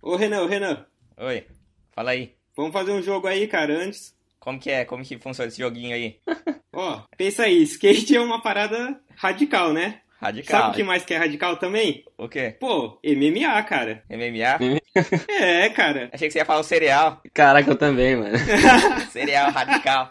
Ô Renan, Oi, fala aí. vamos fazer um jogo aí, cara, antes. Como que é? Como que funciona esse joguinho aí? Ó, pensa aí, skate é uma parada radical, né? Sabe Radical. o que mais que é radical também? O quê? Pô, MMA, cara. MMA? É, cara. Achei que você ia falar o cereal. Caraca, eu também, mano. Cereal radical.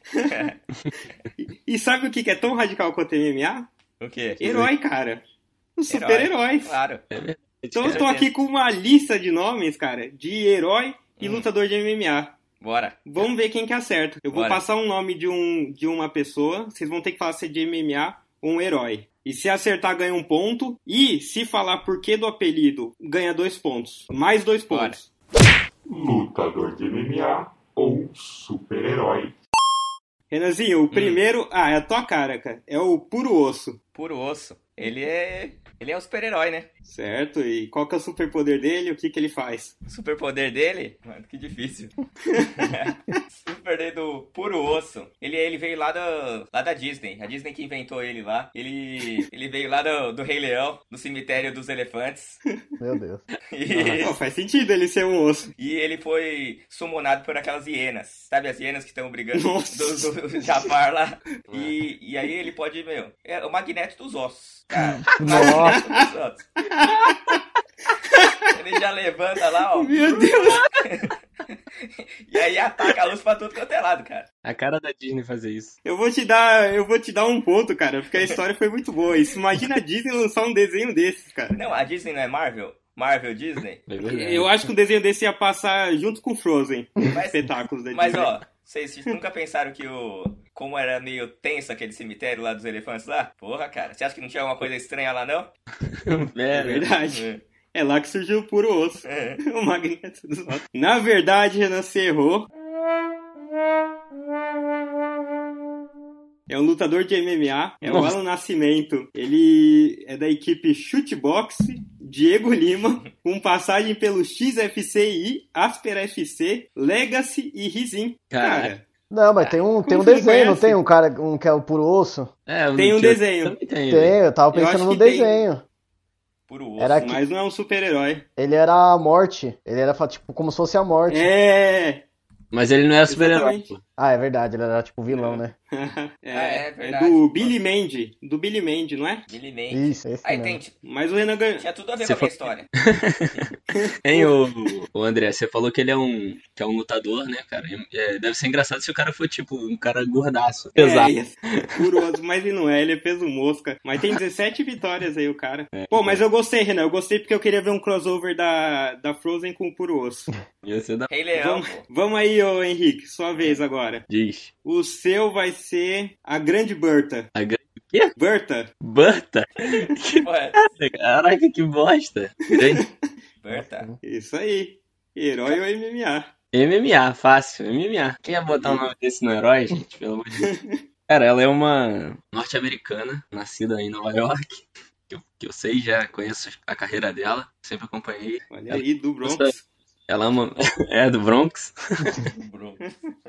E sabe o que é tão radical quanto MMA? O quê? Herói, cara. Os super-heróis. Claro. Então eu tô aqui com uma lista de nomes, cara, de herói e lutador de MMA. Bora. Vamos ver quem que acerta. Eu vou Bora. passar um nome de uma pessoa, vocês vão ter que falar se é de MMA ou um herói. E se acertar, ganha 1 ponto. E se falar porquê do apelido, ganha 2 pontos. Mais 2 Bora. pontos. Lutador de MMA ou super-herói. Renanzinho, o primeiro... Ah, é a tua cara, cara. É o Puro Osso. Puro osso. Ele é um super-herói, né? Certo? E qual que é o superpoder dele? O que que ele faz? O superpoder dele? Mano, que difícil. Superpoder do puro osso. Ele veio lá da Disney. A Disney que inventou ele lá. Ele veio lá do Rei Leão, do cemitério dos elefantes. Meu Deus. E, Pô, faz sentido ele ser um osso. e ele foi summonado por aquelas hienas. Sabe as hienas que estão brigando Nossa. do Jafar lá? E aí ele pode, é o magneto dos ossos. Cara, Nossa. magneto dos ossos. Ele já levanta lá, ó. Meu Deus. E aí ataca a luz pra tudo quanto é lado, cara. A cara da Disney fazer isso. Eu vou te dar 1 ponto, cara, porque a história foi muito boa. Isso, imagina a Disney lançar um desenho desses, cara. Não, a Disney não é Marvel? Marvel Disney? É verdade. Eu acho que um desenho desse ia passar junto com Frozen. Espetáculos da Mas Disney. ó, vocês nunca pensaram que como era meio tenso aquele cemitério lá dos elefantes lá? Porra, cara, você acha que não tinha alguma coisa estranha lá, não? É verdade. É. É lá que surgiu o Puro Osso. É. O magneto dos ossos. Na verdade, Renan, você errou. É um lutador de MMA. É o Alan Nascimento. Ele é da equipe Shootbox, Diego Lima, com passagem pelo XFCI, Asper FC, Legacy e Rizin. Caraca. Não, mas tem um Como você não desenho, não conhece? tem um cara que é o Puro Osso? É, Tem um que eu desenho. também tenho, Tem, velho. eu tava Eu acho pensando no que tem. desenho. Puro osso. Era que- Mas não é um super-herói. Ele era a morte. Ele era tipo como se fosse a morte. É. Mas ele não é super-herói. Exatamente. Pô. Ah, é verdade, ele era tipo vilão, né? É É verdade. do Billy Mandy. Do Billy Mandy, não é? Billy Mandy. Isso, esse Aí mesmo. tem, Mas o Renan ganhou. tinha tudo a ver Você com a minha falou- história. Hein, o André, você falou que ele é um lutador, né, cara? Deve ser engraçado se o cara for, tipo, um cara gordaço. Pesado. Curioso, mas ele não é, ele é peso mosca. Mas tem 17 vitórias aí o cara. Pô, mas eu gostei, Renan. Eu gostei porque eu queria ver um crossover da Frozen com o Puro Osso. Ia ser da... Rei Leão, Vamos, pô. vamos aí, ô Henrique, sua vez agora. Diz. O seu vai ser a Grande Berta. A grande... Quê? Berta? Berta? Ué, Caraca, que bosta. Grande... Berta. Isso aí. Herói ou MMA? MMA, fácil. MMA. Quem ia botar um nome desse no herói, gente? Pelo amor de Deus. Cara, ela é uma norte-americana, nascida em Nova York. Que eu sei, já conheço a carreira dela. Sempre acompanhei. Olha aí, do Bronx. Ela ama... É, do Bronx. Bro.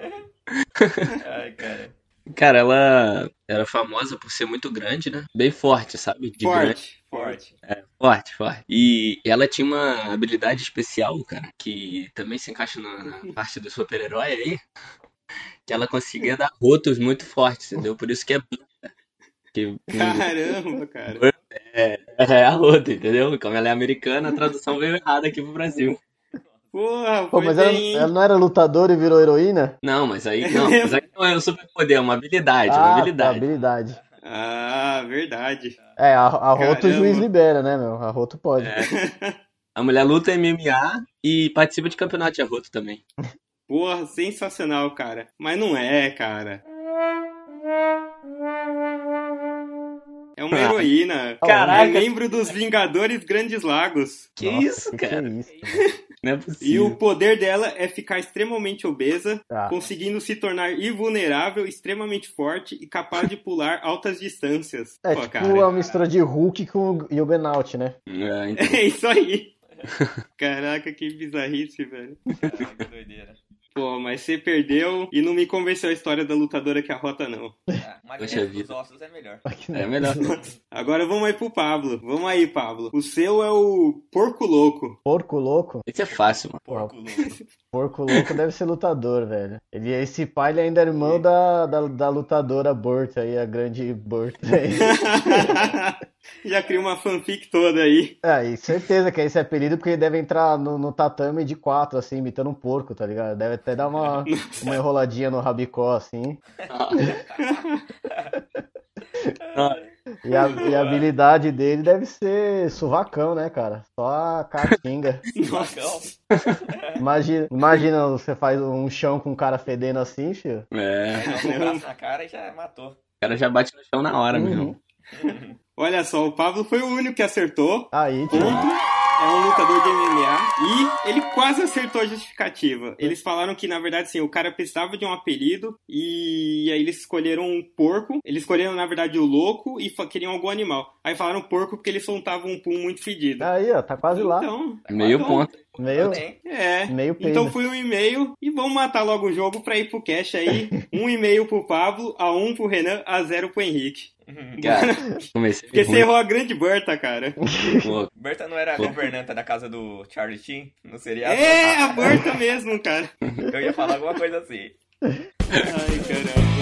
Ai, cara. Cara, ela era famosa por ser muito grande, né? Bem forte, sabe? De grande. Forte. Forte. Forte. E ela tinha uma habilidade especial, cara, que também se encaixa na parte do super-herói aí, que ela conseguia dar rotos muito fortes, entendeu? Por isso que é Berta. Que Caramba, cara. é a rota, entendeu? Como ela é americana, a tradução veio errada aqui pro Brasil. Porra, Pô, foi mas bem, ela hein? não era lutador e virou heroína? Não, mas aí não é um superpoder, é uma habilidade, uma Ah, tá, habilidade. habilidade. Ah, verdade. É, a Roto o Caramba. juiz libera, né, meu? A Roto pode. A mulher luta MMA e participa de campeonato de arroto também. Porra, sensacional, cara. Mas não é, cara. É uma heroína. Caraca. É membro dos Vingadores Grandes Lagos. Que Nossa, isso, que cara? é isso? Não é E possível. o poder dela é ficar extremamente obesa, Ah. conseguindo se tornar invulnerável, extremamente forte e capaz de pular altas distâncias. É Pô, tipo cara. a mistura de Hulk com o Juggernaut, né? É, então. É isso aí. Caraca, que bizarrice, velho. Caraca, que doideira. Pô, mas você perdeu e não me convenceu a história da lutadora que arrota, não. Mas Poxa dos vida. ossos é melhor. É melhor. Agora vamos aí pro Pablo. Vamos aí, Pablo. O seu é o Porco Louco. Porco louco? Esse é fácil, mano. Porco louco. Porco louco deve ser lutador, velho. Esse pai ele ainda é irmão da lutadora Burt aí, a grande Burt aí. Já criou uma fanfic toda aí. E certeza que é esse apelido, porque ele deve entrar no tatame de 4, assim, imitando um porco, tá ligado? Deve até dar uma enroladinha no rabicó, assim. E a habilidade dele deve ser suvacão, né, cara? Só a caatinga. Suvacão. Imagina você faz um chão com um cara fedendo assim, filho. Dá um braço na cara e já matou. O cara já bate no chão na hora, meu irmão. Olha só, o Pablo foi o único que acertou. Aí, tio. Ponto. É um lutador de MMA e ele quase acertou a justificativa. Eles falaram que, na verdade, assim, o cara precisava de um apelido e aí eles escolheram um porco. Eles escolheram, na verdade, o louco e queriam algum animal. Aí falaram porco porque ele soltava um pum muito fedido. Aí, ó, tá quase lá. Então, Meio ponto. Meio peido. Então foi 1,5 e vamos matar logo o jogo pra ir pro cash aí. 1,5 pro Pablo, a 1 pro Renan, a 0 pro Henrique. Cara, comecei Porque ruim. você errou a grande Berta, cara. Pô, Berta não era a governanta da casa do Charlie Sheen no seriado? É, a Berta mesmo, cara. Eu ia falar alguma coisa assim. Ai, caramba.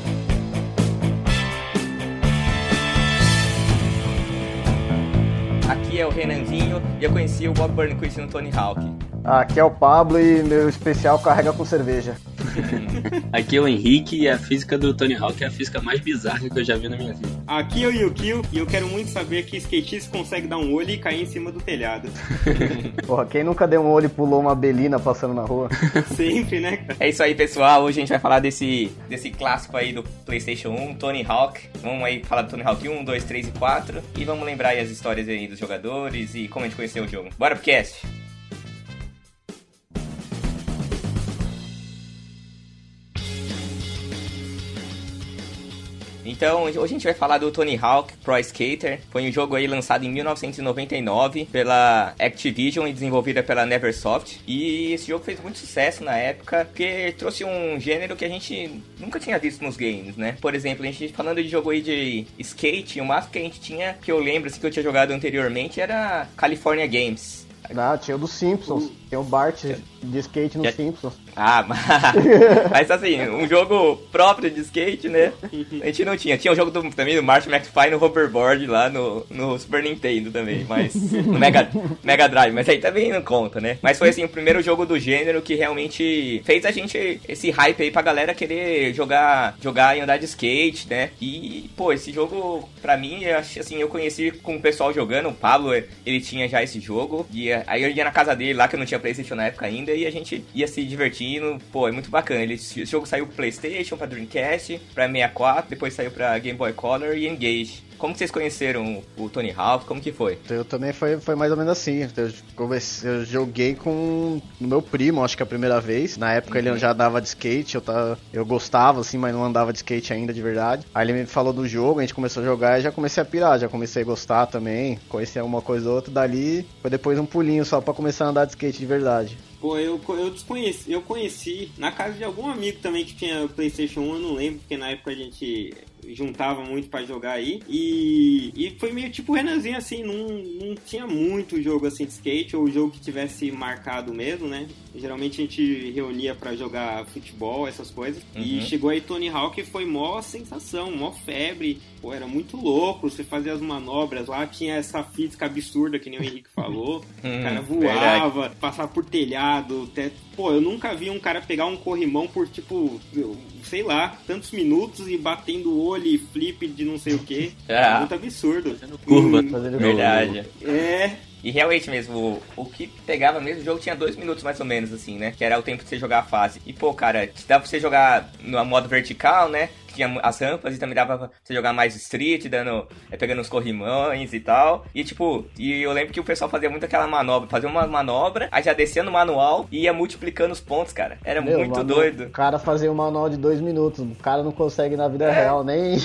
Aqui é o Renanzinho e eu conheci o Bob Burnquist no Tony Hawk. Aqui é o Pablo e meu especial carrega com cerveja. aqui é o Henrique e a física do Tony Hawk é a física mais bizarra que eu já vi na minha vida. Aqui é o Yukio e eu quero muito saber que skatista consegue dar um olho e cair em cima do telhado. Porra, quem nunca deu um olho e pulou uma belina passando na rua? Sempre, né, cara? É isso aí, pessoal. Hoje a gente vai falar desse clássico aí do PlayStation 1, Tony Hawk. Vamos aí falar do Tony Hawk 1, 2, 3 e 4. E vamos lembrar aí as histórias aí dos jogadores e como a gente conheceu o jogo. Bora pro cast! Então, hoje a gente vai falar do Tony Hawk Pro Skater. Foi um jogo aí lançado em 1999 pela Activision e desenvolvida pela Neversoft. E esse jogo fez muito sucesso na época, porque trouxe um gênero que a gente nunca tinha visto nos games, né? Por exemplo, a gente falando de jogo aí de skate, o máximo que a gente tinha, que eu lembro, assim, que eu tinha jogado anteriormente, era California Games. Não, tinha o dos Simpsons. Tem o Bart de skate nos Simpsons. Ah, mas assim, um jogo próprio de skate, né? A gente não tinha. Tinha um jogo também do Marty McFly no hoverboard lá no Super Nintendo também, mas no Mega Drive, mas aí também não conta, né? Mas foi assim, o primeiro jogo do gênero que realmente fez a gente, esse hype aí pra galera querer jogar e andar de skate, né? E, pô, esse jogo, pra mim, assim, eu conheci com o pessoal jogando, o Pablo, ele tinha já esse jogo, e aí eu ia na casa dele lá, que eu não tinha PlayStation na época ainda, e a gente ia se divertindo. Pô, é muito bacana. Esse jogo saiu pro PlayStation, pra Dreamcast, pra 64, depois saiu pra Game Boy Color e Engage. Como que vocês conheceram o Tony Hawk? Como que foi? Eu também foi mais ou menos assim. Eu joguei com o meu primo, acho que a primeira vez. Na época ele já andava de skate, eu gostava assim, mas não andava de skate ainda de verdade. Aí ele me falou do jogo, a gente começou a jogar e já comecei a pirar, já comecei a gostar também, conhecer uma coisa ou outra. Dali foi depois um pulinho só pra começar a andar de skate de verdade. Pô, eu conheci na casa de algum amigo também que tinha PlayStation 1, eu não lembro, porque na época a gente juntava muito pra jogar aí. E foi meio tipo o Renanzinho, assim, não tinha muito jogo assim de skate, ou jogo que tivesse marcado mesmo, né? Geralmente a gente reunia pra jogar futebol, essas coisas. E chegou aí Tony Hawk e foi mó sensação, mó febre. Pô, era muito louco, você fazia as manobras lá, tinha essa física absurda que nem o Henrique falou. O cara voava, passava por telhado, pô, eu nunca vi um cara pegar um corrimão por, tipo, sei lá, tantos minutos e batendo o olho e flip de não sei o que. É muito absurdo. Curva. Verdade. É. E realmente mesmo, o que pegava mesmo, o jogo tinha 2 minutos mais ou menos, assim, né? Que era o tempo de você jogar a fase. E, pô, cara, dá pra você jogar no modo vertical, né? tinha as rampas e também dava pra você jogar mais street, pegando os corrimões e tal. E tipo, eu lembro que o pessoal fazia muito aquela manobra, fazia uma manobra, aí já descia no manual e ia multiplicando os pontos, cara. Era muito doido. O cara fazia um manual de 2 minutos, o cara não consegue na vida real nem...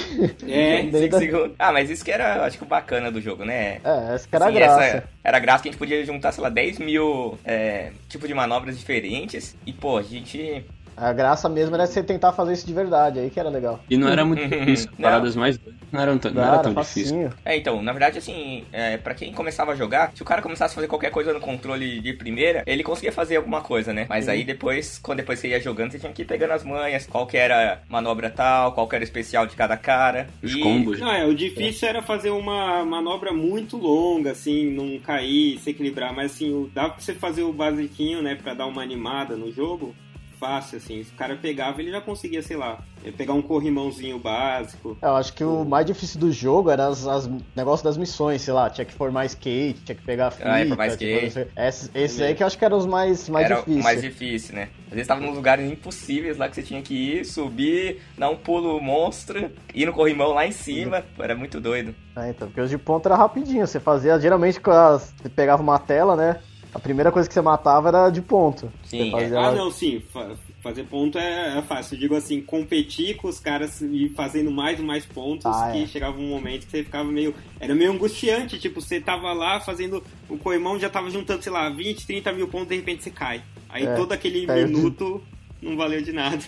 5 segundos. Ah, mas isso que era, acho que o bacana do jogo, né? Essa que era a graça. Era a graça que a gente podia juntar, sei lá, 10 mil tipos de manobras diferentes e, pô, a gente... A graça mesmo era você tentar fazer isso de verdade, aí que era legal. E não era muito difícil, paradas mais não era tão difícil. Então, na verdade, assim, pra quem começava a jogar, se o cara começasse a fazer qualquer coisa no controle de primeira, ele conseguia fazer alguma coisa, né? Mas aí depois, quando você ia jogando, você tinha que ir pegando as manhas, qual que era manobra tal, qual que era especial de cada cara. Os combos. Não, o difícil era fazer uma manobra muito longa, assim, não cair, se equilibrar, mas assim, dá pra você fazer o basiquinho, né, pra dar uma animada no jogo. Fácil, assim, se o cara pegava, ele já conseguia, sei lá, pegar um corrimãozinho básico. Eu acho que o mais difícil do jogo era as negócios das missões, sei lá, tinha que formar skate, tinha que pegar fita. Formar skate. Esses aí que eu acho que eram os mais difíceis. Era o mais difícil, né? Às vezes tava nos lugares impossíveis lá que você tinha que ir, subir, dar um pulo monstro, ir no corrimão lá em cima, era muito doido. Então, porque os de ponta era rapidinho, você fazia, geralmente você pegava uma tela, né? A primeira coisa que você matava era de ponto. Sim. Não, sim. Fazer ponto é fácil. Eu digo assim, competir com os caras e fazendo mais e mais pontos, chegava um momento que você ficava meio... Era meio angustiante, tipo, você tava lá fazendo o corrimão, já tava juntando, sei lá, 20, 30 mil pontos, de repente você cai. Aí todo aquele minuto não valeu de nada.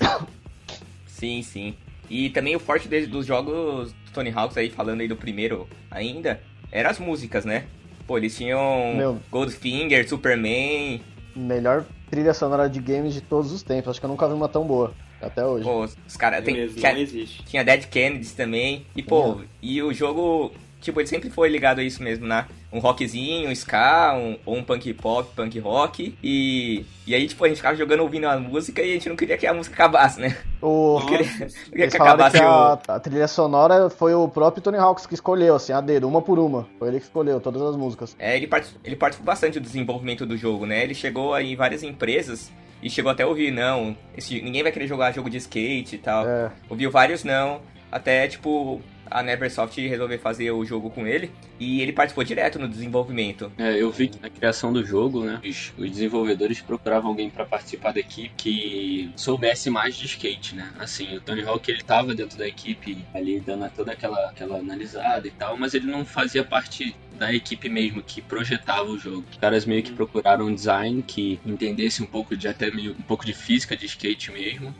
Sim, sim. E também o forte dos jogos do Tony Hawk's aí, falando aí do primeiro ainda, eram as músicas, né? Pô, eles tinham Goldfinger, Superman... Melhor trilha sonora de games de todos os tempos. Acho que eu nunca vi uma tão boa. Até hoje. Pô, os caras... Tinha Dead Kennedys também. E, pô, e o jogo... Tipo, ele sempre foi ligado a isso mesmo, né? Um rockzinho, um ska, ou um punk pop, punk rock. E aí, tipo, a gente ficava jogando, ouvindo a música e a gente não queria que a música acabasse, né? Não queria que acabasse a trilha sonora foi o próprio Tony Hawk's que escolheu, assim, a dedo, uma por uma. Foi ele que escolheu todas as músicas. Ele participou bastante do desenvolvimento do jogo, né? Ele chegou aí em várias empresas e chegou até a ouvir, não, ninguém vai querer jogar jogo de skate e tal. Ouviu vários não, até, tipo... a Neversoft resolveu fazer o jogo com ele e ele participou direto no desenvolvimento. Eu vi que na criação do jogo, né, os desenvolvedores procuravam alguém para participar da equipe que soubesse mais de skate, né? Assim, o Tony Hawk, ele tava dentro da equipe ali dando toda aquela analisada e tal, mas ele não fazia parte da equipe mesmo que projetava o jogo. Os caras meio que procuraram um design que entendesse um pouco de física de skate mesmo,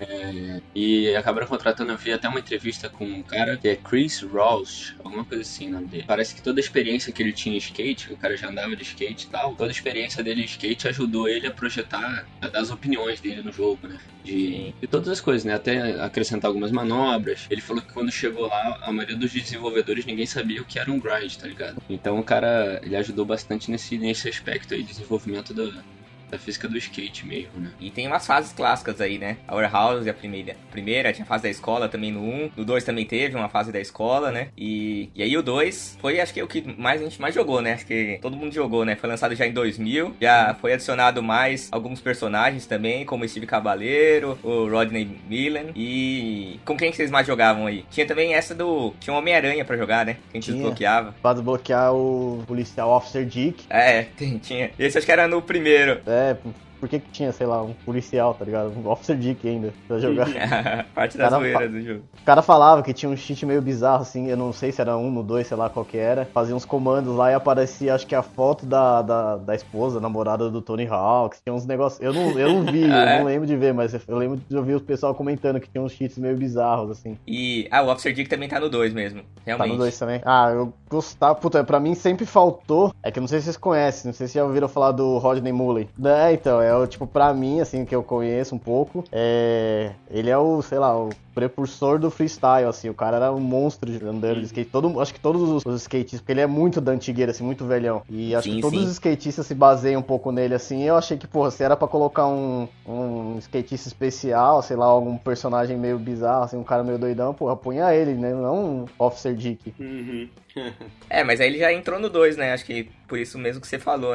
e acabaram contratando. Eu vi até uma entrevista com um cara que é Chris Rawls, alguma coisa assim o nome dele. Parece que toda a experiência que ele tinha em skate, o cara já andava de skate e tal, toda a experiência dele em skate ajudou ele a projetar, a dar as opiniões dele no jogo, né? De todas as coisas, né? Até acrescentar algumas manobras. Ele falou que quando chegou lá, a maioria dos desenvolvedores ninguém sabia o que era um grind, tá ligado? Então o cara, ele ajudou bastante nesse aspecto aí de desenvolvimento da física do skate mesmo, né? E tem umas fases clássicas aí, né? A Warehouse, a primeira, tinha a fase da escola também no 1. No 2 também teve uma fase da escola, né? E aí o 2 foi, acho que, o que a gente mais jogou, né? Acho que todo mundo jogou, né? Foi lançado já em 2000. Já foi adicionado mais alguns personagens também, como o Steve Caballero, o Rodney Mullen. E com quem que vocês mais jogavam aí? Tinha também essa tinha um Homem-Aranha pra jogar, né? Que a gente desbloqueava. Pra desbloquear o policial Officer Dick. Tinha. Esse acho que era no primeiro. Por que tinha, sei lá, um policial, tá ligado? Um Officer Dick ainda, pra jogar. Parte da zoeira do jogo. O cara falava que tinha um cheat meio bizarro, assim, eu não sei se era no 2, sei lá qual que era. Fazia uns comandos lá e aparecia, acho que a foto da esposa, namorada do Tony Hawk. Tinha uns negócios, eu não vi, eu não lembro de ver, mas eu lembro de ouvir o pessoal comentando que tinha uns cheats meio bizarros, assim. E, o Officer Dick também tá no 2 mesmo, realmente. Tá no 2 também? Eu gostava, pra mim sempre faltou, é que eu não sei se vocês conhecem, não sei se já ouviram falar do Rodney Mullen. Então, tipo, pra mim, assim, que eu conheço um pouco, ele é o, sei lá, o precursor do freestyle, assim, o cara era um monstro andando de skate, acho que todos os skatistas, porque ele é muito da antigueira, assim, muito velhão, e acho que todos os skatistas se baseiam um pouco nele, assim, eu achei que, porra, se era pra colocar um skatista especial, sei lá, algum personagem meio bizarro, assim, um cara meio doidão, porra, punha ele, né, não um Officer Dick. Mas aí ele já entrou no 2, né, acho que por isso mesmo que você falou, né.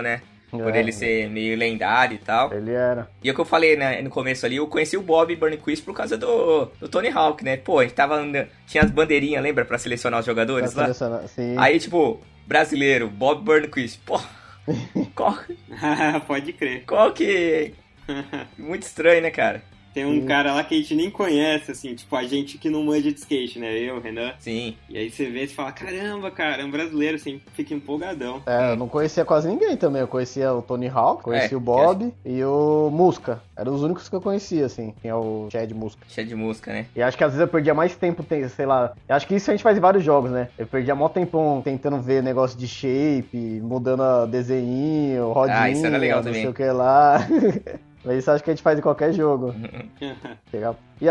Por ele ser meio lendário e tal. Ele era. E é o que eu falei, né, no começo ali, eu conheci o Bob Burnquist por causa do Tony Hawk, né? Pô, a gente tava tinha as bandeirinhas, lembra? Pra selecionar os jogadores lá? Sim. Aí, tipo, brasileiro, Bob Burnquist. Pô, Pode crer. qual que... Muito estranho, né, cara? Tem um cara lá que a gente nem conhece, assim, tipo, a gente que não manja de skate, né? Eu, Renan. Sim. E aí você vê e fala, caramba, cara, é um brasileiro, assim, fica empolgadão. Eu não conhecia quase ninguém também. Eu conhecia o Tony Hawk, conhecia o Bob e o Muska. Eram os únicos que eu conhecia, assim. Tinha o Chad Muska. Cheio de música, né? E acho que às vezes eu perdia mais tempo, sei lá. Eu acho que isso a gente faz em vários jogos, né? Eu perdia mó tempão tentando ver negócio de shape, mudando a desenho, rodinha, isso era legal não também. sei o que lá. Mas isso acho que a gente faz em qualquer jogo. Legal. E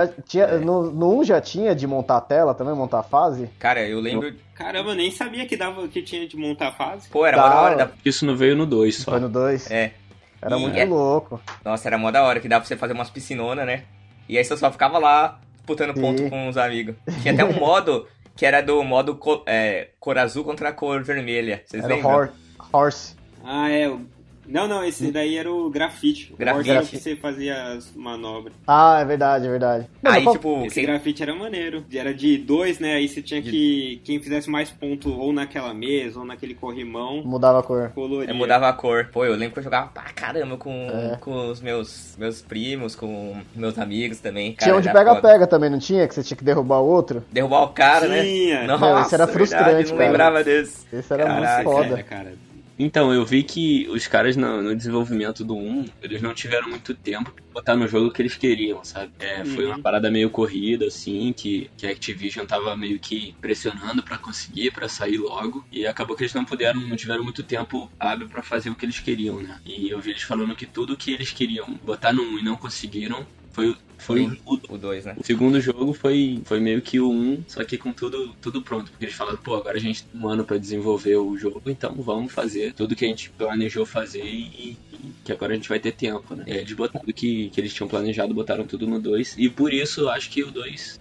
no 1 já tinha de montar a tela também, montar a fase? Cara, eu lembro... Caramba, eu nem sabia que tinha de montar a fase. Pô, era mó da hora. Isso não veio no 2 só. Foi no 2? É. Era E muito é- louco. Nossa, era mó da hora, que dava pra você fazer umas piscinonas, né? E aí você só ficava lá disputando ponto Sim. com os amigos. Tinha até um modo que era do modo cor azul contra a cor vermelha. Vocês Era lembram? Horse. Ah, é. Não, esse daí era o grafite. Grafite. O Horse era que você fazia as manobras. Ah, é verdade, é verdade. Aí, Não, tipo, Esse grafite era maneiro. Era de 2, né? Aí você tinha que... Quem fizesse mais ponto ou naquela mesa ou naquele corrimão, mudava a cor. coloria. mudava a cor. Pô, eu lembro que eu jogava pra caramba com os meus primos, com meus amigos também. Cara, Tinha um de era foda. pega-pega também, não tinha? Que você tinha que derrubar o outro? Derrubar o cara, Tinha. né? Meu, esse era frustrante, verdade, não cara. lembrava desse. Esse era Caraca, muito foda. Cara. Então, eu vi que os caras no desenvolvimento do 1, eles não tiveram muito tempo pra botar no jogo o que eles queriam, sabe? Foi uma parada meio corrida, assim, que a Activision tava meio que pressionando pra conseguir, pra sair logo. E acabou que eles não tiveram muito tempo hábil pra fazer o que eles queriam, né? E eu vi eles falando que tudo que eles queriam botar no 1 e não conseguiram foi O 2, né? o segundo jogo foi meio que o 1, só que com tudo pronto. Porque eles falaram, pô, agora a gente tem um ano pra desenvolver o jogo, então vamos fazer tudo que a gente planejou fazer e que agora a gente vai ter tempo, né? Eles botaram tudo que eles tinham planejado, botaram tudo no 2. E por isso eu acho que o 2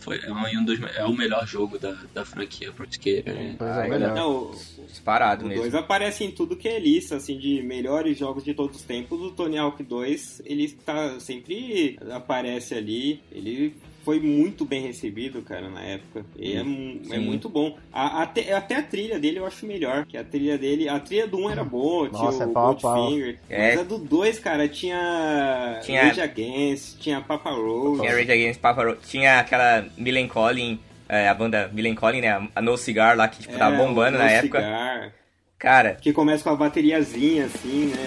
é o melhor jogo da franquia, porque Pois é, melhor. Não, Disparado o mesmo. 2 aparece em tudo que é lista, assim, de melhores jogos de todos os tempos. O Tony Hawk 2, ele sempre aparece ali. Ele foi muito bem recebido, cara, na época. E é muito bom. Até a trilha dele eu acho melhor. Que a trilha do 1 era boa, Nossa, tinha é o pau a pau. Goldfinger. É. Mas a do 2, cara, tinha Rage Against, tinha Papa Roach. Tinha Rage Against Papa Roach, tinha aquela Millen Collin, a banda Millen Collin, né? A No Cigar lá, que tipo, tava bombando o na No época. Cigar, Cara, que começa com a bateriazinha, assim, né?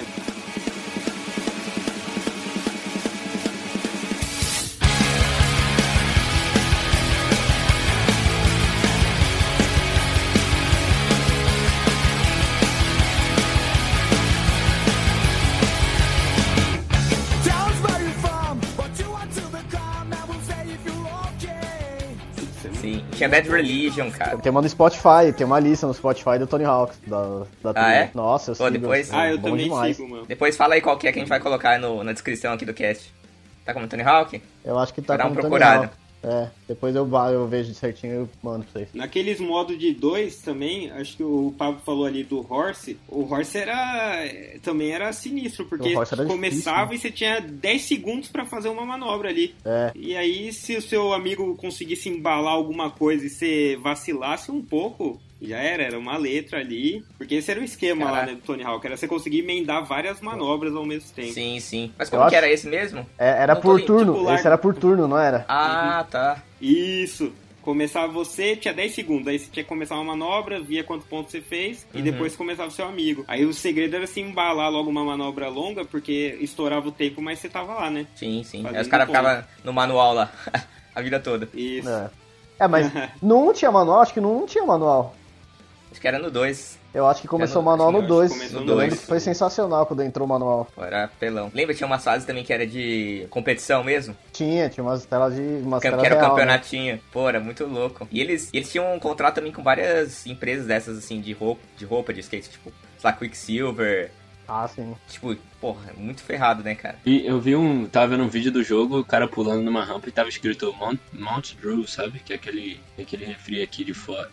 sim. Tinha Bad Religion, cara. Tem uma no Spotify, tem uma lista no Spotify do Tony Hawk. Da trilha. é? Nossa, eu Pô, sigo. depois- É Eu bom também demais. sigo, mano. Depois fala aí qual que é que a gente vai colocar na descrição aqui do cast. Tá como Tony Hawk? Eu acho que tá Vou dar com uma o Tony procurada. Hawk. Depois eu vejo certinho e eu mando pra vocês. Naqueles modos de 2 também, acho que o Pablo falou ali do Horse. O Horse também era sinistro, porque O Horse era começava difícil, e você tinha 10 segundos pra fazer uma manobra ali. É. E aí, se o seu amigo conseguisse embalar alguma coisa e você vacilasse um pouco, já era uma letra ali. Porque esse era o esquema lá, né, do Tony Hawk, era você conseguir emendar várias manobras ao mesmo tempo. Sim, sim. Mas Eu como que acho- era esse mesmo? Era Não tô por li- turno, tipo, esse era por turno, não era? Ah, tá. Isso. Começava você, tinha 10 segundos. Aí você tinha que começar uma manobra, via quantos pontos você fez, e depois começava o seu amigo. Aí o segredo era se embalar logo uma manobra longa, porque estourava o tempo, mas você tava lá, né? Sim, sim. Fazendo Aí os caras ponto. ficavam no manual lá a vida toda. Isso. Mas no 1 tinha manual? Acho que no 1 tinha manual. Acho que era no 2. Eu acho que começou o no- manual acho no que 2. começou Eu no lembro dois. que foi sensacional quando entrou o manual. Pô, era pelão. Lembra, tinha umas fases também que era de competição mesmo? Tinha umas telas de. Umas Que telas era o real, né? campeonatinho. Pô, era muito louco. E eles tinham um contrato também com várias empresas dessas, assim, de roupa de skate, tipo, sei lá, Quicksilver, Ah, sim. Tipo, porra, muito ferrado, né, cara? E eu tava vendo um vídeo do jogo, o cara pulando numa rampa e tava escrito Mount Drew, sabe? Que é aquele refri aqui de fora.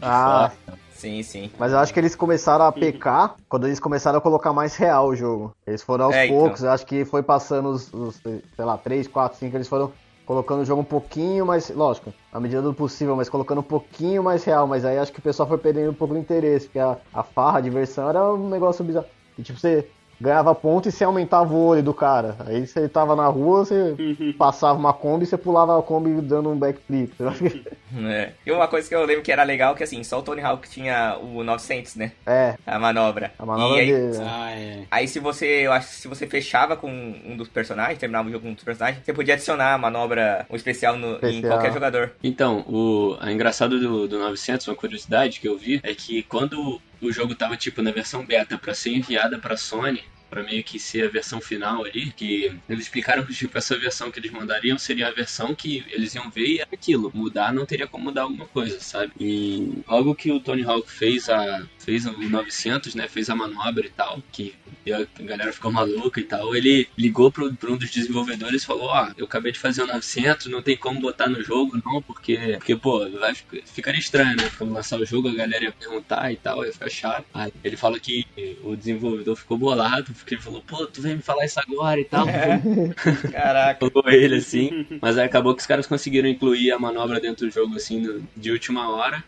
Sim. Mas eu acho que eles começaram a pecar quando eles começaram a colocar mais real o jogo. Eles foram aos poucos, então. eu acho que foi passando os, sei lá, 3, 4, 5, eles foram colocando o jogo um pouquinho mais, lógico, na medida do possível, mas colocando um pouquinho mais real. Mas aí acho que o pessoal foi perdendo um pouco do interesse, porque a farra, a diversão era um negócio bizarro. E tipo, você ganhava ponto e você aumentava o olho do cara. Aí você tava na rua, você passava uma Kombi e você pulava a Kombi dando um backflip. E uma coisa que eu lembro que era legal, que assim, só o Tony Hawk tinha o 900, né? A manobra. A manobra e aí, dele. Aí se você fechava com um dos personagens, terminava o jogo com um dos personagens, você podia adicionar a manobra, um especial em qualquer jogador. Então, engraçado do 900, uma curiosidade que eu vi, é que quando o jogo tava tipo na versão beta pra ser enviada pra Sony, pra meio que ser a versão final ali, que eles explicaram que tipo, essa versão que eles mandariam seria a versão que eles iam ver e era aquilo. Mudar não teria como mudar alguma coisa, sabe? E logo que o Tony Hawk fez o 900, né, fez a manobra e tal, que a galera ficou maluca e tal, ele ligou pra um dos desenvolvedores e falou, eu acabei de fazer o 900, não tem como botar no jogo não, porque pô, vai ficar estranho, né, quando lançar o jogo a galera ia perguntar e tal, ia ficar chato. Aí ele falou que o desenvolvedor ficou bolado, porque ele falou, pô, tu veio me falar isso agora e tal. Caraca. Falou ele assim, mas aí acabou que os caras conseguiram incluir a manobra dentro do jogo assim, de última hora,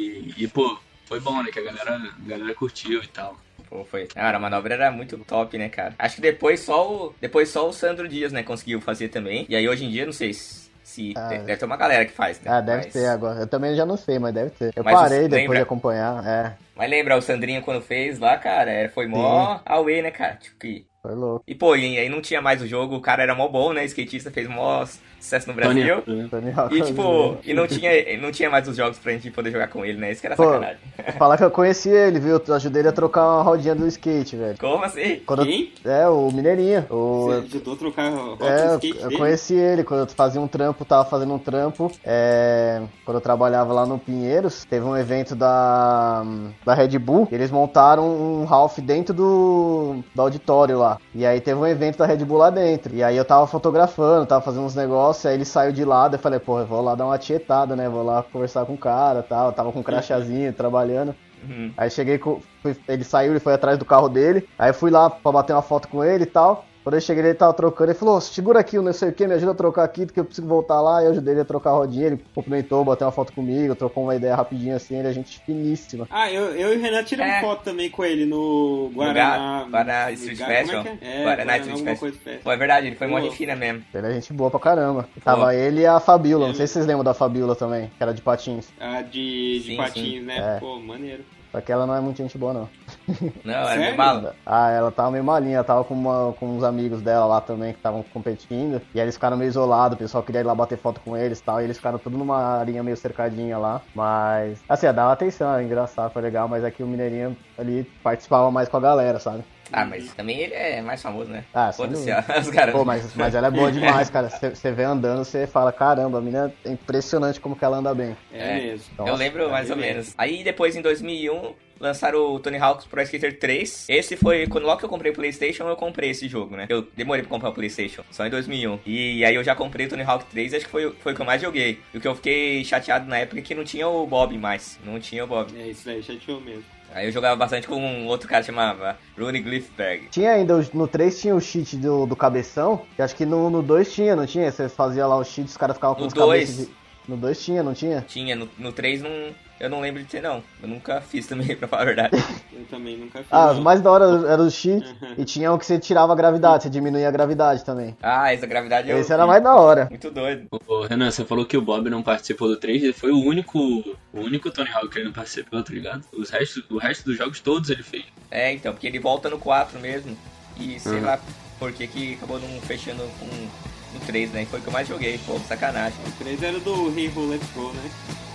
e pô, foi bom, né, que a galera curtiu e tal. Pô, foi. Cara, a manobra era muito top, né, cara? Acho que depois só o Sandro Dias, né, conseguiu fazer também. E aí hoje em dia, não sei se deve ter uma galera que faz, né? Deve ter agora. Eu também já não sei, mas deve ter. Eu mas parei depois de acompanhar, Mas lembra, o Sandrinho quando fez lá, cara, foi mó away, né, cara? Tipo que... Foi louco. E pô, e aí não tinha mais o jogo, o cara era mó bom, né? Skatista fez mó sucesso no Brasil. Tony Hawk, e tipo, não tinha mais os jogos pra gente poder jogar com ele, né? Isso que era sacanagem. Falar que eu conheci ele, viu? Eu ajudei ele a trocar uma rodinha do skate, velho. Como assim? Quem? O Mineirinho. Você ajudou a trocar a roda do skate eu dele? conheci ele quando eu fazia um trampo, tava fazendo um trampo. Quando eu trabalhava lá no Pinheiros, teve um evento da Red Bull. E eles montaram um Ralph dentro do auditório lá. E aí teve um evento da Red Bull lá dentro. E aí eu tava fotografando, tava fazendo uns negócios. Aí ele saiu de lado. Eu falei, pô, eu vou lá dar uma tietada, né? Vou lá conversar com o cara e tal. Eu tava com um crachazinho, trabalhando. Aí cheguei, ele saiu, ele foi atrás do carro dele. Aí eu fui lá pra bater uma foto com ele e tal. Quando eu cheguei, ele tava trocando, ele falou, segura aqui, não sei o que, me ajuda a trocar aqui, porque eu preciso voltar lá. E eu ajudei ele a trocar a rodinha, ele cumprimentou, bateu uma foto comigo, trocou uma ideia rapidinho assim, ele é gente finíssima. Eu e o Renato tiramos foto também com ele no Guaraná Street Festival. Guaraná Street Festival. Pô, é verdade, ele foi mó gente fina mesmo. Ele é gente boa pra caramba. Tava ele e a Fabiola, não sei se vocês lembram da Fabiola também, que era de patins. De patins, né? Pô, maneiro. Só que ela não é muito gente boa, não. Não, ela é meio mala. Ela tava meio malinha, ela tava com uns amigos dela lá também que estavam competindo. E aí eles ficaram meio isolados, o pessoal queria ir lá bater foto com eles e tal. E eles ficaram tudo numa arinha meio cercadinha lá. Mas, assim, dava atenção, era engraçado, foi legal. Mas aqui o Mineirinho ali participava mais com a galera, sabe? Mas também ele é mais famoso, né? Foda-se, os caras. Pô, mas ela é boa demais, cara. Você vê andando, você fala, caramba, a menina é impressionante como que ela anda bem. Mesmo. Nossa, eu lembro mais ou menos. Aí depois, em 2001, lançaram o Tony Hawk's Pro Skater 3. Esse foi, logo que eu comprei o PlayStation, eu comprei esse jogo, né? Eu demorei pra comprar o PlayStation, só em 2001. E aí eu já comprei o Tony Hawk 3, acho que foi o que eu mais joguei. E o que eu fiquei chateado na época é que não tinha o Bob mais. Não tinha o Bob. Isso aí, chateou mesmo. Aí eu jogava bastante com um outro cara que chamava Rooney Glifberg. Tinha ainda, no 3 tinha o cheat do cabeção, que acho que no 2 tinha, não tinha? Você fazia lá o cheat, os caras ficavam com os cabeças... No 2 tinha, não tinha? Tinha, no 3 não... Eu não lembro de ter, não. Eu nunca fiz também, pra falar a verdade. Eu também nunca fiz. Os mais da hora eram os cheats. E tinha um que você tirava a gravidade, você diminuía a gravidade também. Essa gravidade Esse era mais da hora. Muito doido. Ô, Renan, você falou que o Bob não participou do 3, ele foi o único Tony Hawk que ele não participou, tá ligado? O resto dos jogos todos ele fez. Então, porque ele volta no 4 mesmo. E sei lá por que acabou não fechando com o 3, né? Foi o que eu mais joguei, pô, sacanagem. O 3 era do Hey Ho, Let's Go, né?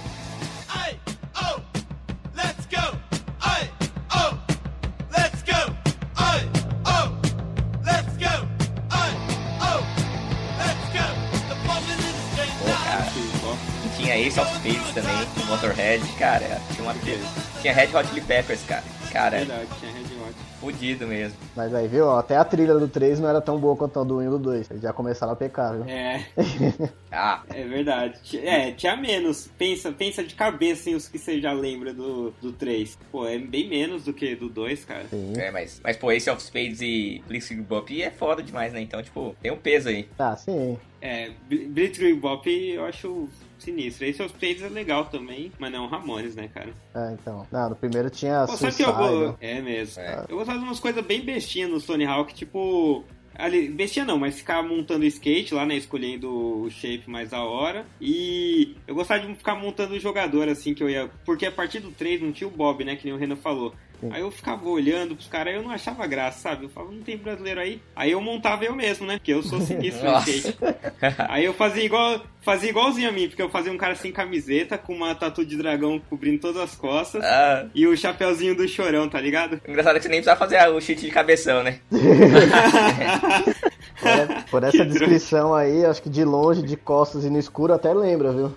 Hey, oh, let's go. Hey, oh, let's go. Hey, oh, let's go. Hey, oh, let's go. The moment in the street. Pô, cara. E tinha Ace of Spades também, Motorhead, cara. Tinha Red Hot Chili Peppers, cara. Verdade, tinha Red Hot. fudido mesmo. Mas aí, viu? Até a trilha do 3 não era tão boa quanto a do 1 e do 2. Eles já começaram a pecar, viu? Ah, É verdade. Tinha menos. Pensa de cabeça em os que você já lembra do 3. Pô, é bem menos do que do 2, cara. Sim. mas pô, Ace of Spades e Blitzkrieg Bop é foda demais, né? Então, tipo, tem um peso aí. Ah, sim. Blitzkrieg Bop eu acho sinistro. Ace of Spades é legal também, mas não Ramones, né, cara? Então. Não, no primeiro tinha Pô, sabe que eu Suicide. É mesmo. É. Eu gostava de umas coisas bem bestinhas no Tony Hawk, tipo... Bestia não, mas ficar montando skate lá, né? Escolhendo o shape mais da hora. E eu gostava de ficar montando o jogador, assim, que eu ia... Porque a partir do 3 não tinha o Bob, né? Que nem o Renan falou. Aí eu ficava olhando pros caras e eu não achava graça, sabe? Eu falava, não tem brasileiro aí. Aí eu montava eu mesmo, né? Porque eu sou sinistro no skate. Aí eu fazia igualzinho a mim, porque eu fazia um cara sem camiseta, com uma tatu de dragão cobrindo todas as costas. Ah, E o chapeuzinho do chorão, tá ligado? engraçado que você nem precisava fazer o cheat de cabeção, né? Por essa descrição aí, acho que de longe, de costas e no escuro até lembra, viu?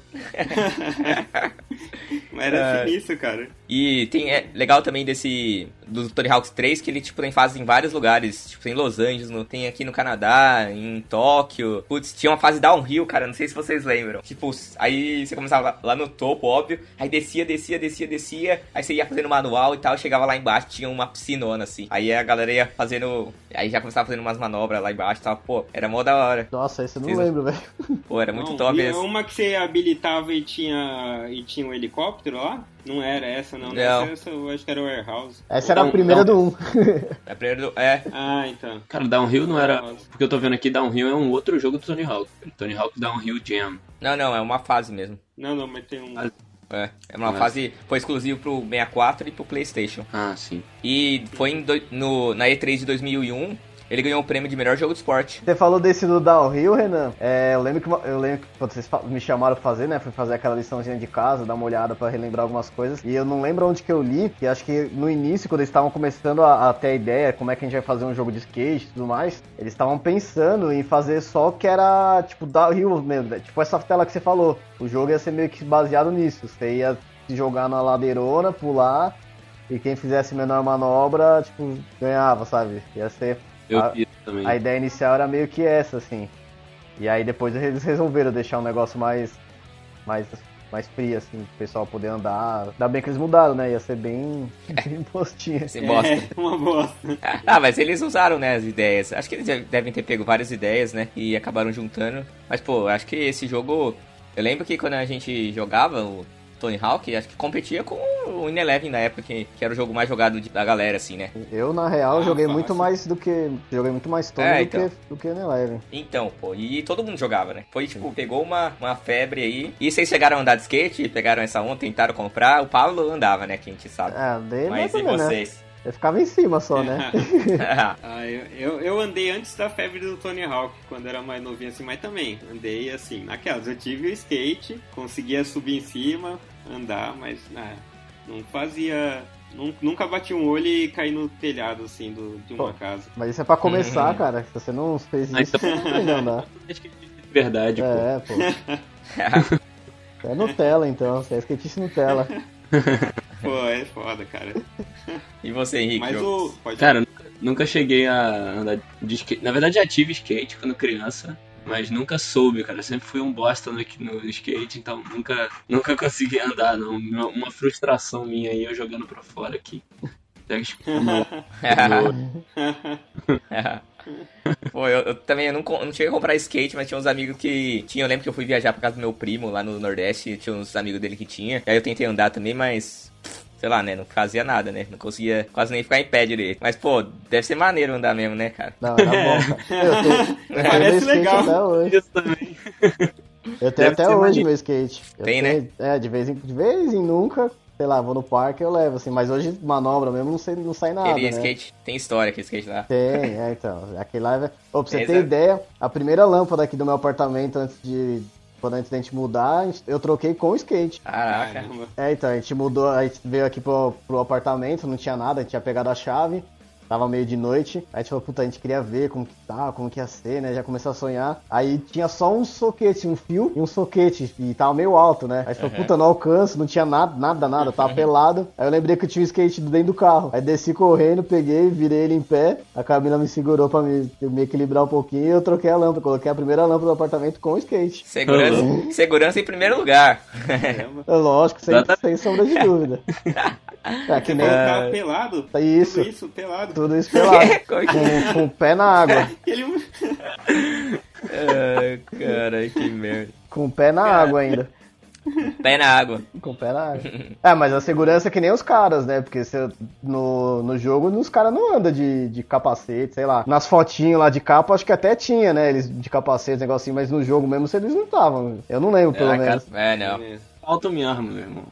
Mas era sinistro, cara. E legal também do Tony Hawk 3, que ele, tipo, tem fase em vários lugares. Tipo, tem em Los Angeles, tem aqui no Canadá, em Tóquio. Putz, tinha uma fase downhill, cara, não sei se vocês lembram. Tipo, aí você começava lá no topo, óbvio. Aí descia. Aí você ia fazendo manual e tal. Chegava lá embaixo, tinha uma piscinona, assim. Aí a galera ia fazendo... Aí já começava fazendo umas manobras lá embaixo e tal. Pô, era mó da hora. Nossa, esse eu não Vocês- lembro, velho. Pô, era muito Não, top e esse. uma que você habilitava e tinha um helicóptero lá? Não era essa, não. Não. Essa eu acho que era o Warehouse. Essa era a Não, primeira não. do 1. É a primeira Ah, então. Cara, Downhill não era... Warehouse. Porque eu tô vendo aqui, Downhill é um outro jogo do Tony Hawk. Tony Hawk Downhill Jam. Não, é uma fase mesmo. Não, mas tem um... É uma Mas- fase... Foi exclusivo pro 64 e pro PlayStation. Ah, sim. E foi na E3 de 2001, ele ganhou o prêmio de melhor jogo de esporte. Você falou desse do Downhill, Renan. Eu lembro que quando vocês me chamaram pra fazer, né? Fui fazer aquela liçãozinha de casa, dar uma olhada pra relembrar algumas coisas. E eu não lembro onde que eu li, que acho que no início, quando eles estavam começando a ter a ideia, como é que a gente vai fazer um jogo de skate e tudo mais, eles estavam pensando em fazer só que era, tipo, Downhill mesmo, né? Tipo essa tela que você falou. O jogo ia ser meio que baseado nisso. Você ia se jogar na ladeirona, pular, e quem fizesse menor manobra, tipo, ganhava, sabe? Ia ser... Eu vi também. A ideia inicial era meio que essa, assim. E aí depois eles resolveram deixar um negócio mais frio, assim, pro pessoal poder andar. Ainda bem que eles mudaram, né? Ia ser bem postinha. Sem bosta. Uma bosta. Mas eles usaram, né, as ideias. Acho que eles devem ter pego várias ideias, né, e acabaram juntando. Mas, pô, acho que esse jogo... Eu lembro que quando a gente jogava o Tony Hawk, acho que competia com o In-Eleven na época, que era o jogo mais jogado da galera, assim, né? Eu, na real, joguei fácil. muito mais do que... Joguei muito mais Tony então. do que Eleven. Então, pô, e todo mundo jogava, né? Foi, tipo, pegou uma febre aí. E vocês chegaram a andar de skate, pegaram essa onda, tentaram comprar. O Paulo andava, né, que a gente sabe. Dele Mas e também, né? vocês? Eu ficava em cima só, né? Eu andei antes da febre do Tony Hawk, quando era mais novinho assim, mas também andei assim, naquelas. Eu tive o skate, conseguia subir em cima, andar, mas não fazia... Nunca bati um olho e caí no telhado, assim, de uma casa. Mas isso é pra começar, cara. Se você não fez isso, você não aprende a andar. Acho que é verdade, pô. Pô. É Nutella, então. Você é skatista Nutella. Pô, é foda, cara. E você, Henrique? Mas pode Cara, nunca cheguei a andar de skate. Na verdade, já tive skate quando criança, mas nunca soube, cara. Sempre fui um bosta no skate, então nunca consegui andar, não. Uma frustração minha aí, eu jogando pra fora aqui. Pô, eu também não cheguei a comprar skate, mas tinha uns amigos que tinham. Eu lembro que eu fui viajar pra casa do meu primo lá no Nordeste, tinha uns amigos dele que tinha. E aí eu tentei andar também, mas sei lá, né, não fazia nada, né, não conseguia quase nem ficar em pé direito. Mas, pô, deve ser maneiro andar mesmo, né, cara? Não, era bom, cara. Eu tenho Parece meu skate legal. até hoje. Isso também. Eu tenho Deve até ser hoje maneiro. meu skate. Eu Tem, tenho, né? De vez em nunca, sei lá, vou no parque eu levo, assim. Mas hoje, manobra mesmo, não sai nada, Aquele né? skate, tem história aquele skate lá. Tem, então. Aquele lá... Ô, pra você ter Exato. ideia, a primeira lâmpada aqui do meu apartamento, antes da gente mudar, eu troquei com o skate. Caraca. Caramba. Então, a gente veio aqui pro apartamento, não tinha nada, a gente tinha pegado a chave. tava meio de noite. Aí a gente falou, puta, a gente queria ver como que tá, como que ia ser, né? Já começou a sonhar. Aí tinha só um soquete, um fio e um soquete. E tava meio alto, né? Aí falou, puta, não alcanço, não tinha nada, tava pelado. Aí eu lembrei que eu tinha um skate dentro do carro. Aí desci correndo, peguei, virei ele em pé. A Camila me segurou pra me equilibrar um pouquinho e eu troquei a lâmpada. Coloquei a primeira lâmpada do apartamento com o skate. Segurança em primeiro lugar. Lógico, sem sombra de dúvida. Que nem... Tava pelado? Isso. Tudo isso pelado. Tudo isso pelado. com o pé na água. Cara, que merda. Com o pé na água ainda. Pé na água. Com o pé na água. Mas a segurança é que nem os caras, né? Porque no jogo os caras não andam de capacete, sei lá. Nas fotinhas lá de capa, acho que até tinha, né? Eles de capacete, negócio assim, mas no jogo mesmo eles não estavam. Eu não lembro, pelo menos. Não. Falta minha arma, meu irmão.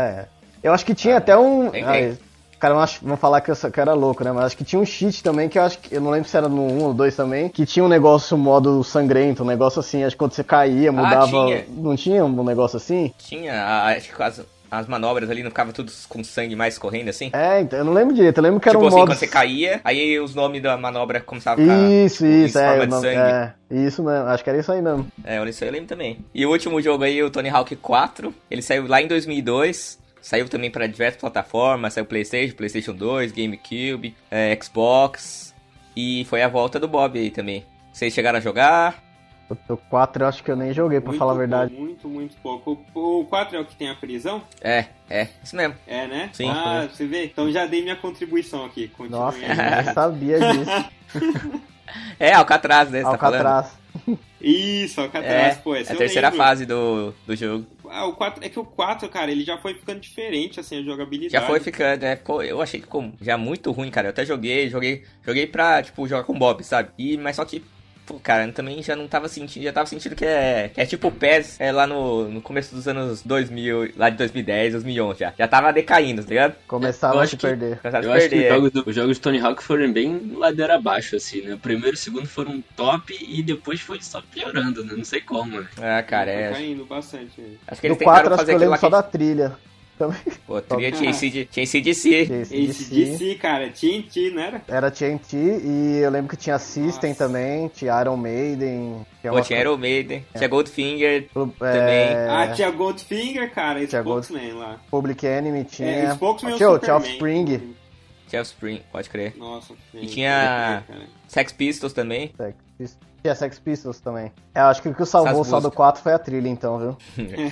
Eu acho que tinha até um... Cara, vão falar que eu era louco, né? Mas acho que tinha um cheat também, que eu não lembro se era no 1 ou 2 também, que tinha um negócio modo sangrento, um negócio assim, acho que quando você caía, mudava... Tinha. Não tinha um negócio assim? Tinha, acho que as manobras ali não ficavam tudo com sangue mais correndo assim? Então, eu não lembro direito, eu lembro que era tipo um assim, modo... quando você caía, aí os nomes da manobra começavam a ficar Isso, forma de sangue. Isso mesmo, acho que era isso aí mesmo. Isso aí eu lembro também. E o último jogo aí, o Tony Hawk 4, ele saiu lá em 2002... Saiu também para diversas plataformas, saiu PlayStation 2, GameCube, Xbox, e foi a volta do Bob aí também. Vocês chegaram a jogar? O 4 eu acho que eu nem joguei, pra falar a verdade. Muito pouco. O 4 é o que tem a prisão? Isso mesmo. É, né? Sim. Você vê? Então já dei minha contribuição aqui. Continue. Nossa, eu nem sabia disso. Alcatraz, né? Você Alcatraz. tá falando? Isso, Alcatraz, pô. É a terceira fase do jogo. O 4, é que o 4, cara, ele já foi ficando diferente, assim, a jogabilidade. Já foi ficando, eu achei que ficou já muito ruim, cara. Eu até joguei pra, tipo, jogar com o Bob, sabe? Mas só que, pô, cara, eu também já tava sentindo que é tipo o PES lá no começo dos anos 2000, lá de 2010, 2011 já tava decaindo, tá ligado? Começava a se perder. Eu acho que os jogos de Tony Hawk foram bem ladeira abaixo, assim, né? O primeiro e o segundo foram top e depois foi só piorando, né? Não sei como, né? Cara, Foi caindo bastante. Acho que eles No 4 tentaram acho que fazer eu aquilo lembro lá só da trilha. Também. Pô, trilha tinha AC/DC. AC/DC, cara, TNT, não era? Era TNT e eu lembro que tinha System também, tinha Iron Maiden. Tinha Iron Maiden, tinha Goldfinger também. Tinha Goldfinger, cara, Spokesman lá. Public Enemy tinha. Spokesman tinha Superman. Offspring. Tinha Offspring, pode crer. Nossa, e tinha Sex Pistols também. Tinha Sex Pistols também. Eu acho que o que salvou só do 4 foi a trilha, então, viu?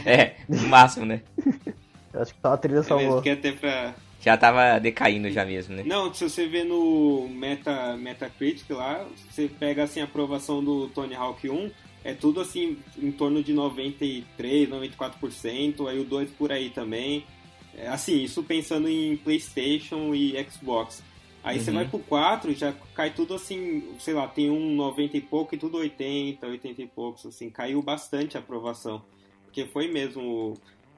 No máximo, né? Eu acho que só a trilha salvou. Já tava decaindo já mesmo, né? Não, se você vê no Metacritic lá, você pega assim a aprovação do Tony Hawk 1, é tudo assim em torno de 93, 94%, aí o 2 por aí também. Assim, isso pensando em PlayStation e Xbox. Aí você vai pro 4, já cai tudo assim, sei lá, tem um 90 e pouco e tudo 80 e poucos, assim, caiu bastante a aprovação. Porque foi mesmo...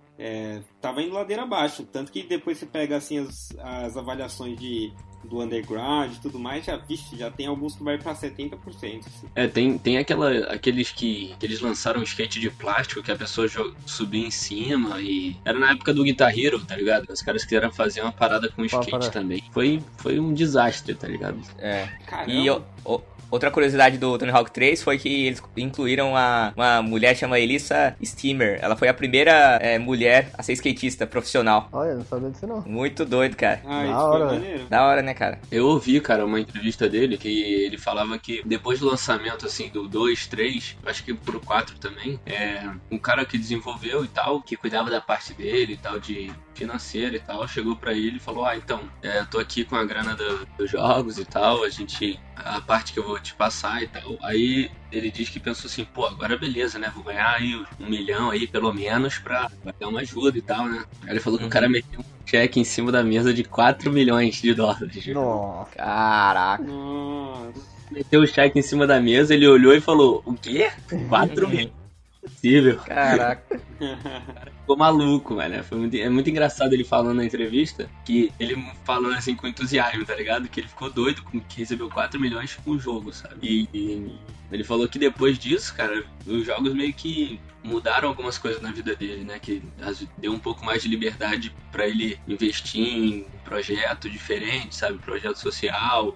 tava indo ladeira abaixo, tanto que depois você pega assim as avaliações do Underground e tudo mais, já tem alguns que vai pra 70%. Assim. Tem aqueles que eles lançaram um skate de plástico que a pessoa subia em cima e... Era na época do Guitar Hero, tá ligado? Os caras quiseram fazer uma parada com skate também. Foi um desastre, tá ligado? Caramba. E outra curiosidade do Tony Hawk 3 foi que eles incluíram uma mulher chamada Elissa Steamer. Ela foi a primeira mulher a ser skatista profissional. Olha, não sabia disso não. Muito doido, cara. Isso foi maneiro. Da hora, né, cara? Eu ouvi, cara, uma entrevista dele que ele falava que depois do lançamento, assim, do 2, 3, acho que pro 4 também, um cara que desenvolveu e tal, que cuidava da parte dele e tal, de financeira e tal, chegou pra ele e falou, então, eu tô aqui com a grana dos jogos e tal, a parte que eu vou te passar e tal. Aí ele diz que pensou assim, pô, agora beleza, né? Vou ganhar aí 1 milhão aí, pelo menos, pra dar uma ajuda e tal, né? Aí ele falou que o cara meteu um cheque em cima da mesa de 4 milhões de dólares. Nossa. Caraca. Nossa. Meteu o cheque em cima da mesa, ele olhou e falou, o quê? 4 milhões? possível. Caraca. Ficou maluco, velho. É muito engraçado ele falando na entrevista, que ele falando assim com entusiasmo, tá ligado? Que ele ficou doido com que recebeu 4 milhões com o jogo, sabe? E ele falou que depois disso, cara, os jogos meio que mudaram algumas coisas na vida dele, né? Que deu um pouco mais de liberdade pra ele investir em projeto diferente, sabe? Projeto social,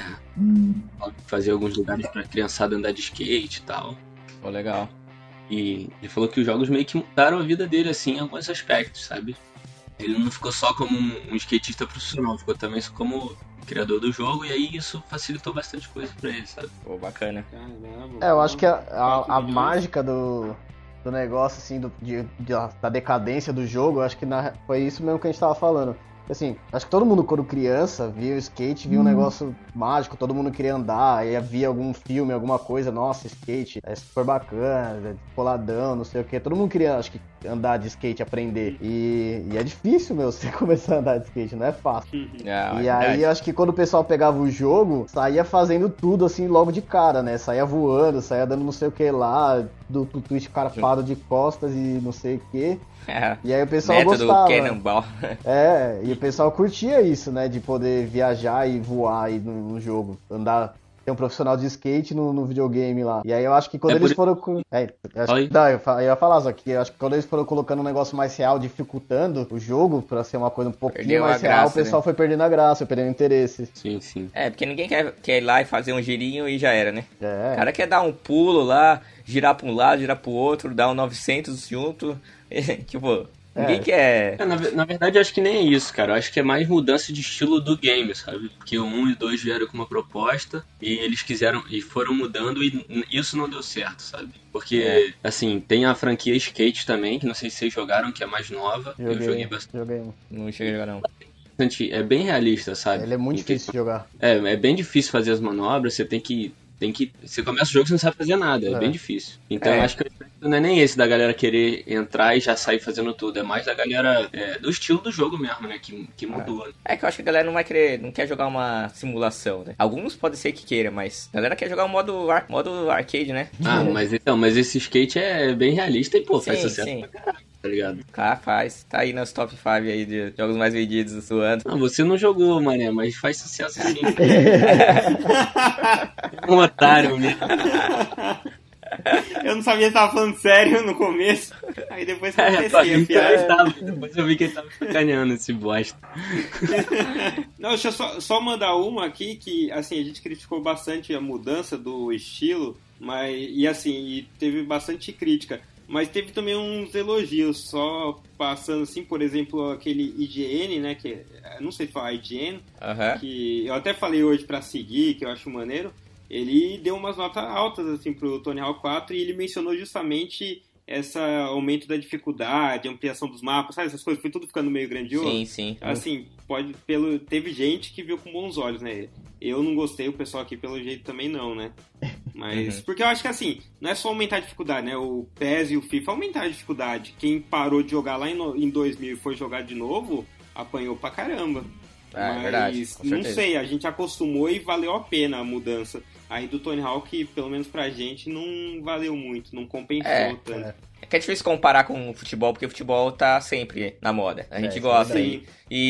fazer alguns lugares pra criançada andar de skate e tal. Pô, legal. E ele falou que os jogos meio que mudaram a vida dele, assim, em alguns aspectos, sabe? Ele não ficou só como um skatista profissional, ficou também como criador do jogo, e aí isso facilitou bastante coisa pra ele, sabe? Pô, bacana. Caramba. Eu acho que a 4 milhões. mágica do negócio, assim, da decadência do jogo, eu acho que foi isso mesmo que a gente tava falando. Assim, acho que todo mundo, quando criança, via o skate, via um negócio mágico, todo mundo queria andar, aí via algum filme, alguma coisa, nossa, skate é super bacana, é coladão, não sei o que. Todo mundo queria, acho que, andar de skate, aprender. E é difícil, meu, você começar a andar de skate, não é fácil. Ah, E é aí, verdade. acho que quando o pessoal pegava o jogo, saía fazendo tudo, assim, logo de cara, né? Saía voando, saía dando não sei o que lá, do twist carpado de costas e não sei o que. É. E aí o pessoal Método gostava. Cannonball. E o pessoal curtia isso, né? De poder viajar e voar aí no jogo. Andar. Tem um profissional de skate no videogame lá. E aí eu acho que quando eles foram. Eu ia falar só que eu acho que quando eles foram colocando um negócio mais real, dificultando o jogo pra ser uma coisa um pouquinho Perdeu mais a real, graça, o pessoal foi perdendo a graça, foi perdendo interesse. Sim, sim. É, porque ninguém quer ir lá e fazer um girinho e já era, né? É. O cara quer dar um pulo lá, girar pra um lado, girar pro outro, dar um 900 junto. Tipo, ninguém quer... Na verdade, eu acho que nem é isso, cara. Eu acho que é mais mudança de estilo do game, sabe? Porque o 1 e o 2 vieram com uma proposta e eles quiseram e foram mudando e isso não deu certo, sabe? Porque, assim, tem a franquia Skate também, que não sei se vocês jogaram, que é mais nova. Eu joguei bastante. Joguei. Não chega a jogar, não. É bem realista, sabe? Ele é muito difícil de jogar. É bem difícil fazer as manobras, você tem que... Você começa o jogo e você não sabe fazer nada, é bem difícil. Então eu acho que o efeito não é nem esse da galera querer entrar e já sair fazendo tudo, é mais da galera do estilo do jogo mesmo, né, que mudou. Né? É que eu acho que a galera não quer jogar uma simulação, né? Alguns pode ser que queira, mas a galera quer jogar um modo arcade, né? Mas esse skate é bem realista e, pô, faz Sim, sucesso sim. pra caralho, tá ligado? Tá, faz. Tá aí nos top 5 aí de jogos mais vendidos do ano. Não, você não jogou, mané, mas faz sucesso sim. É um otário, né? Eu não sabia se tava falando sério no começo. Aí depois que eu pesquei a piada. Depois eu vi que ele tava sacaneando esse bosta. Não, deixa eu só mandar uma aqui que, assim, a gente criticou bastante a mudança do estilo, e teve bastante crítica. Mas teve também uns elogios, só passando assim, por exemplo, aquele IGN, né, que não sei falar IGN, que eu até falei hoje pra seguir, que eu acho maneiro. Ele deu umas notas altas assim pro Tony Hawk 4 e ele mencionou justamente esse aumento da dificuldade, ampliação dos mapas, sabe, essas coisas, foi tudo ficando meio grandioso. Sim, sim. Assim, teve gente que viu com bons olhos, né? Eu não gostei, o pessoal aqui pelo jeito também não, né? Mas, porque eu acho que assim, não é só aumentar a dificuldade, né? O PES e o FIFA aumentaram a dificuldade. Quem parou de jogar lá em 2000 e foi jogar de novo, apanhou pra caramba. É verdade, com não certeza. sei, a gente acostumou e valeu a pena a mudança. Aí do Tony Hawk, pelo menos pra gente, não valeu muito, não compensou tanto. É que é difícil comparar com o futebol, porque o futebol tá sempre na moda. A gente gosta. sim.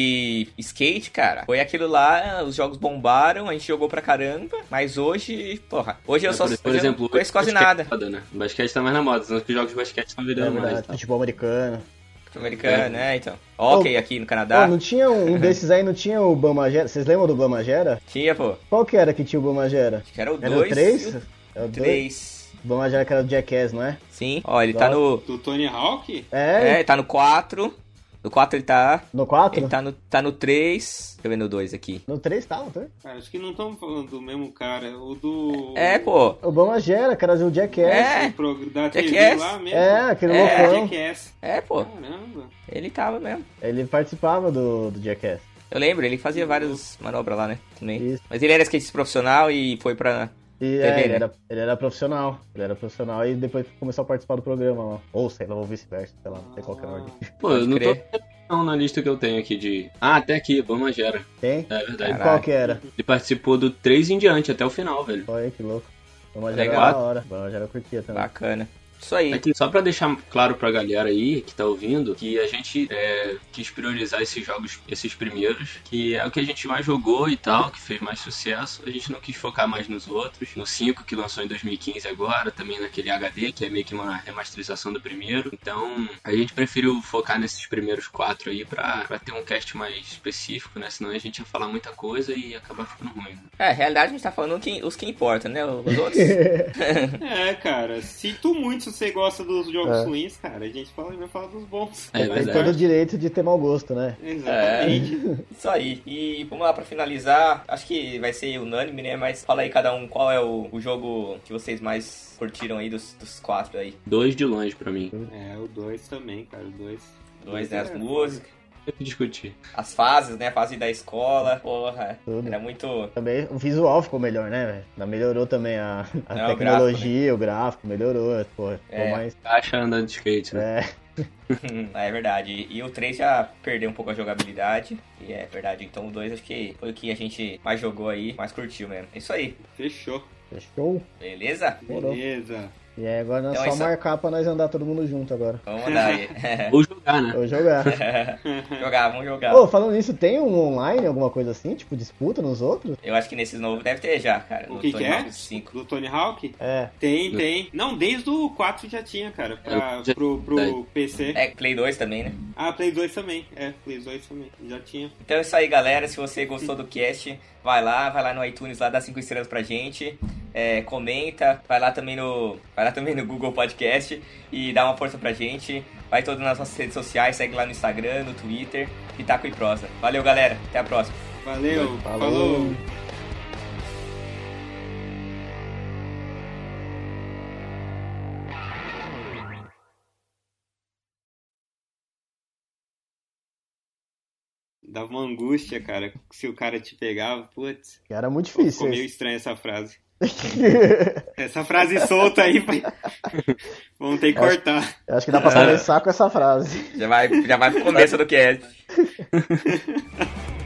E skate, cara, foi aquilo lá, os jogos bombaram, a gente jogou pra caramba, mas hoje, hoje eu Por exemplo, não conheço quase basquete nada. é foda, né? O basquete tá mais na moda, senão que os jogos de basquete estão virando mais. Tá? Futebol americano. Americano, né, então. Hockey aqui no Canadá. Não tinha um desses aí, não tinha o Bamagera? Vocês lembram do Bamagera? Tinha, pô. Qual que era que tinha o Bamagera? Acho que era o Era 2. o 3? É o 3. O Bamagera que era o Jackass, não é? Sim. Ó, ele tá no... Do Tony Hawk? ele tá no 4. No 4 ele tá... No 4? Ele tá no 3. Deixa eu ver no 2 aqui. No 3 tá, não tá? Cara, acho que não estamos falando do mesmo cara. O do... Pô. O Bamagera, que era o Jackass. Da TV Jackass. lá mesmo. Aquele loucão. Jackass. Pô. Caramba. Ele tava mesmo. Ele participava do Jackass. Eu lembro, ele fazia várias manobras lá, né? Também. Isso. Mas ele era skatista profissional e foi pra... E TV, ele né? era profissional. Ele era profissional e depois começou a participar do programa lá. Ou sei lá, ou vice-versa, sei lá, não tem qualquer ordem. Pô, eu não tô crer. não na lista que eu tenho aqui de... até aqui, Bamagera. Tem? É verdade. Caralho. Qual que era? Ele participou do 3 em diante, até o final, velho. Olha aí, que louco. Bamagera Legal. era da hora. Bamagera curtia também. Bacana. Isso aí. Aqui, só pra deixar claro pra galera aí que tá ouvindo, que a gente quis priorizar esses jogos, esses primeiros, que é o que a gente mais jogou e tal, que fez mais sucesso. A gente não quis focar mais nos outros. No 5, que lançou em 2015 agora, também naquele HD, que é meio que uma remasterização do primeiro. Então, a gente preferiu focar nesses primeiros 4 aí pra ter um cast mais específico, né? Senão a gente ia falar muita coisa e ia acabar ficando ruim. Né? Na realidade, a gente tá falando os que importam, né? Os outros. Cara, sinto muito se você gosta dos jogos ruins, cara. A gente vai falar dos bons. Tem todo o direito de ter mau gosto, né? Exatamente. Isso aí. E vamos lá pra finalizar. Acho que vai ser unânime, né? Mas fala aí cada um qual é o jogo que vocês mais curtiram aí dos 4 aí. 2 de longe pra mim. O 2 também, cara. O 2. 2, né? As músicas. Tem que discutir. As fases, né? A fase da escola. Porra, Tudo. era muito... Também o visual ficou melhor, né, velho? Melhorou também a tecnologia, o gráfico melhorou. Pô, ficou mais... Caixa andando de skate, né? É verdade. E o 3 já perdeu um pouco a jogabilidade. E é verdade. Então o 2 acho que foi o que a gente mais jogou aí, mais curtiu mesmo. É isso aí. Fechou. Beleza? Beleza. E aí agora nós Então, só marcar pra nós andar todo mundo junto agora. Vamos andar aí. Ou jogar, né? Ou jogar. Vamos jogar. Ô, falando nisso, tem um online, alguma coisa assim? Tipo, disputa nos outros? Eu acho que nesses novos deve ter já, cara. O no que Tony é? Hawk 5. Do Tony Hawk? É. Tem. Não, desde o 4 já tinha, cara. Pro PC. É, Play 2 também, né? Ah, Play 2 também. Play 2 também. Já tinha. Então é isso aí, galera. Se você gostou do cast, vai lá no iTunes, lá dá 5 estrelas pra gente. Comenta, vai lá também no Google Podcast e dá uma força pra gente. Vai todas nas nossas redes sociais, segue lá no Instagram, no Twitter, Pitaco e Prosa. Valeu, galera. Até a próxima. Valeu. Falou. Falou. Dava uma angústia, cara, se o cara te pegava, putz. Era muito difícil. Ficou meio estranha essa frase. Essa frase solta aí, vamos ter que cortar. Eu acho que dá pra começar com essa frase. Já vai pro começo do cast.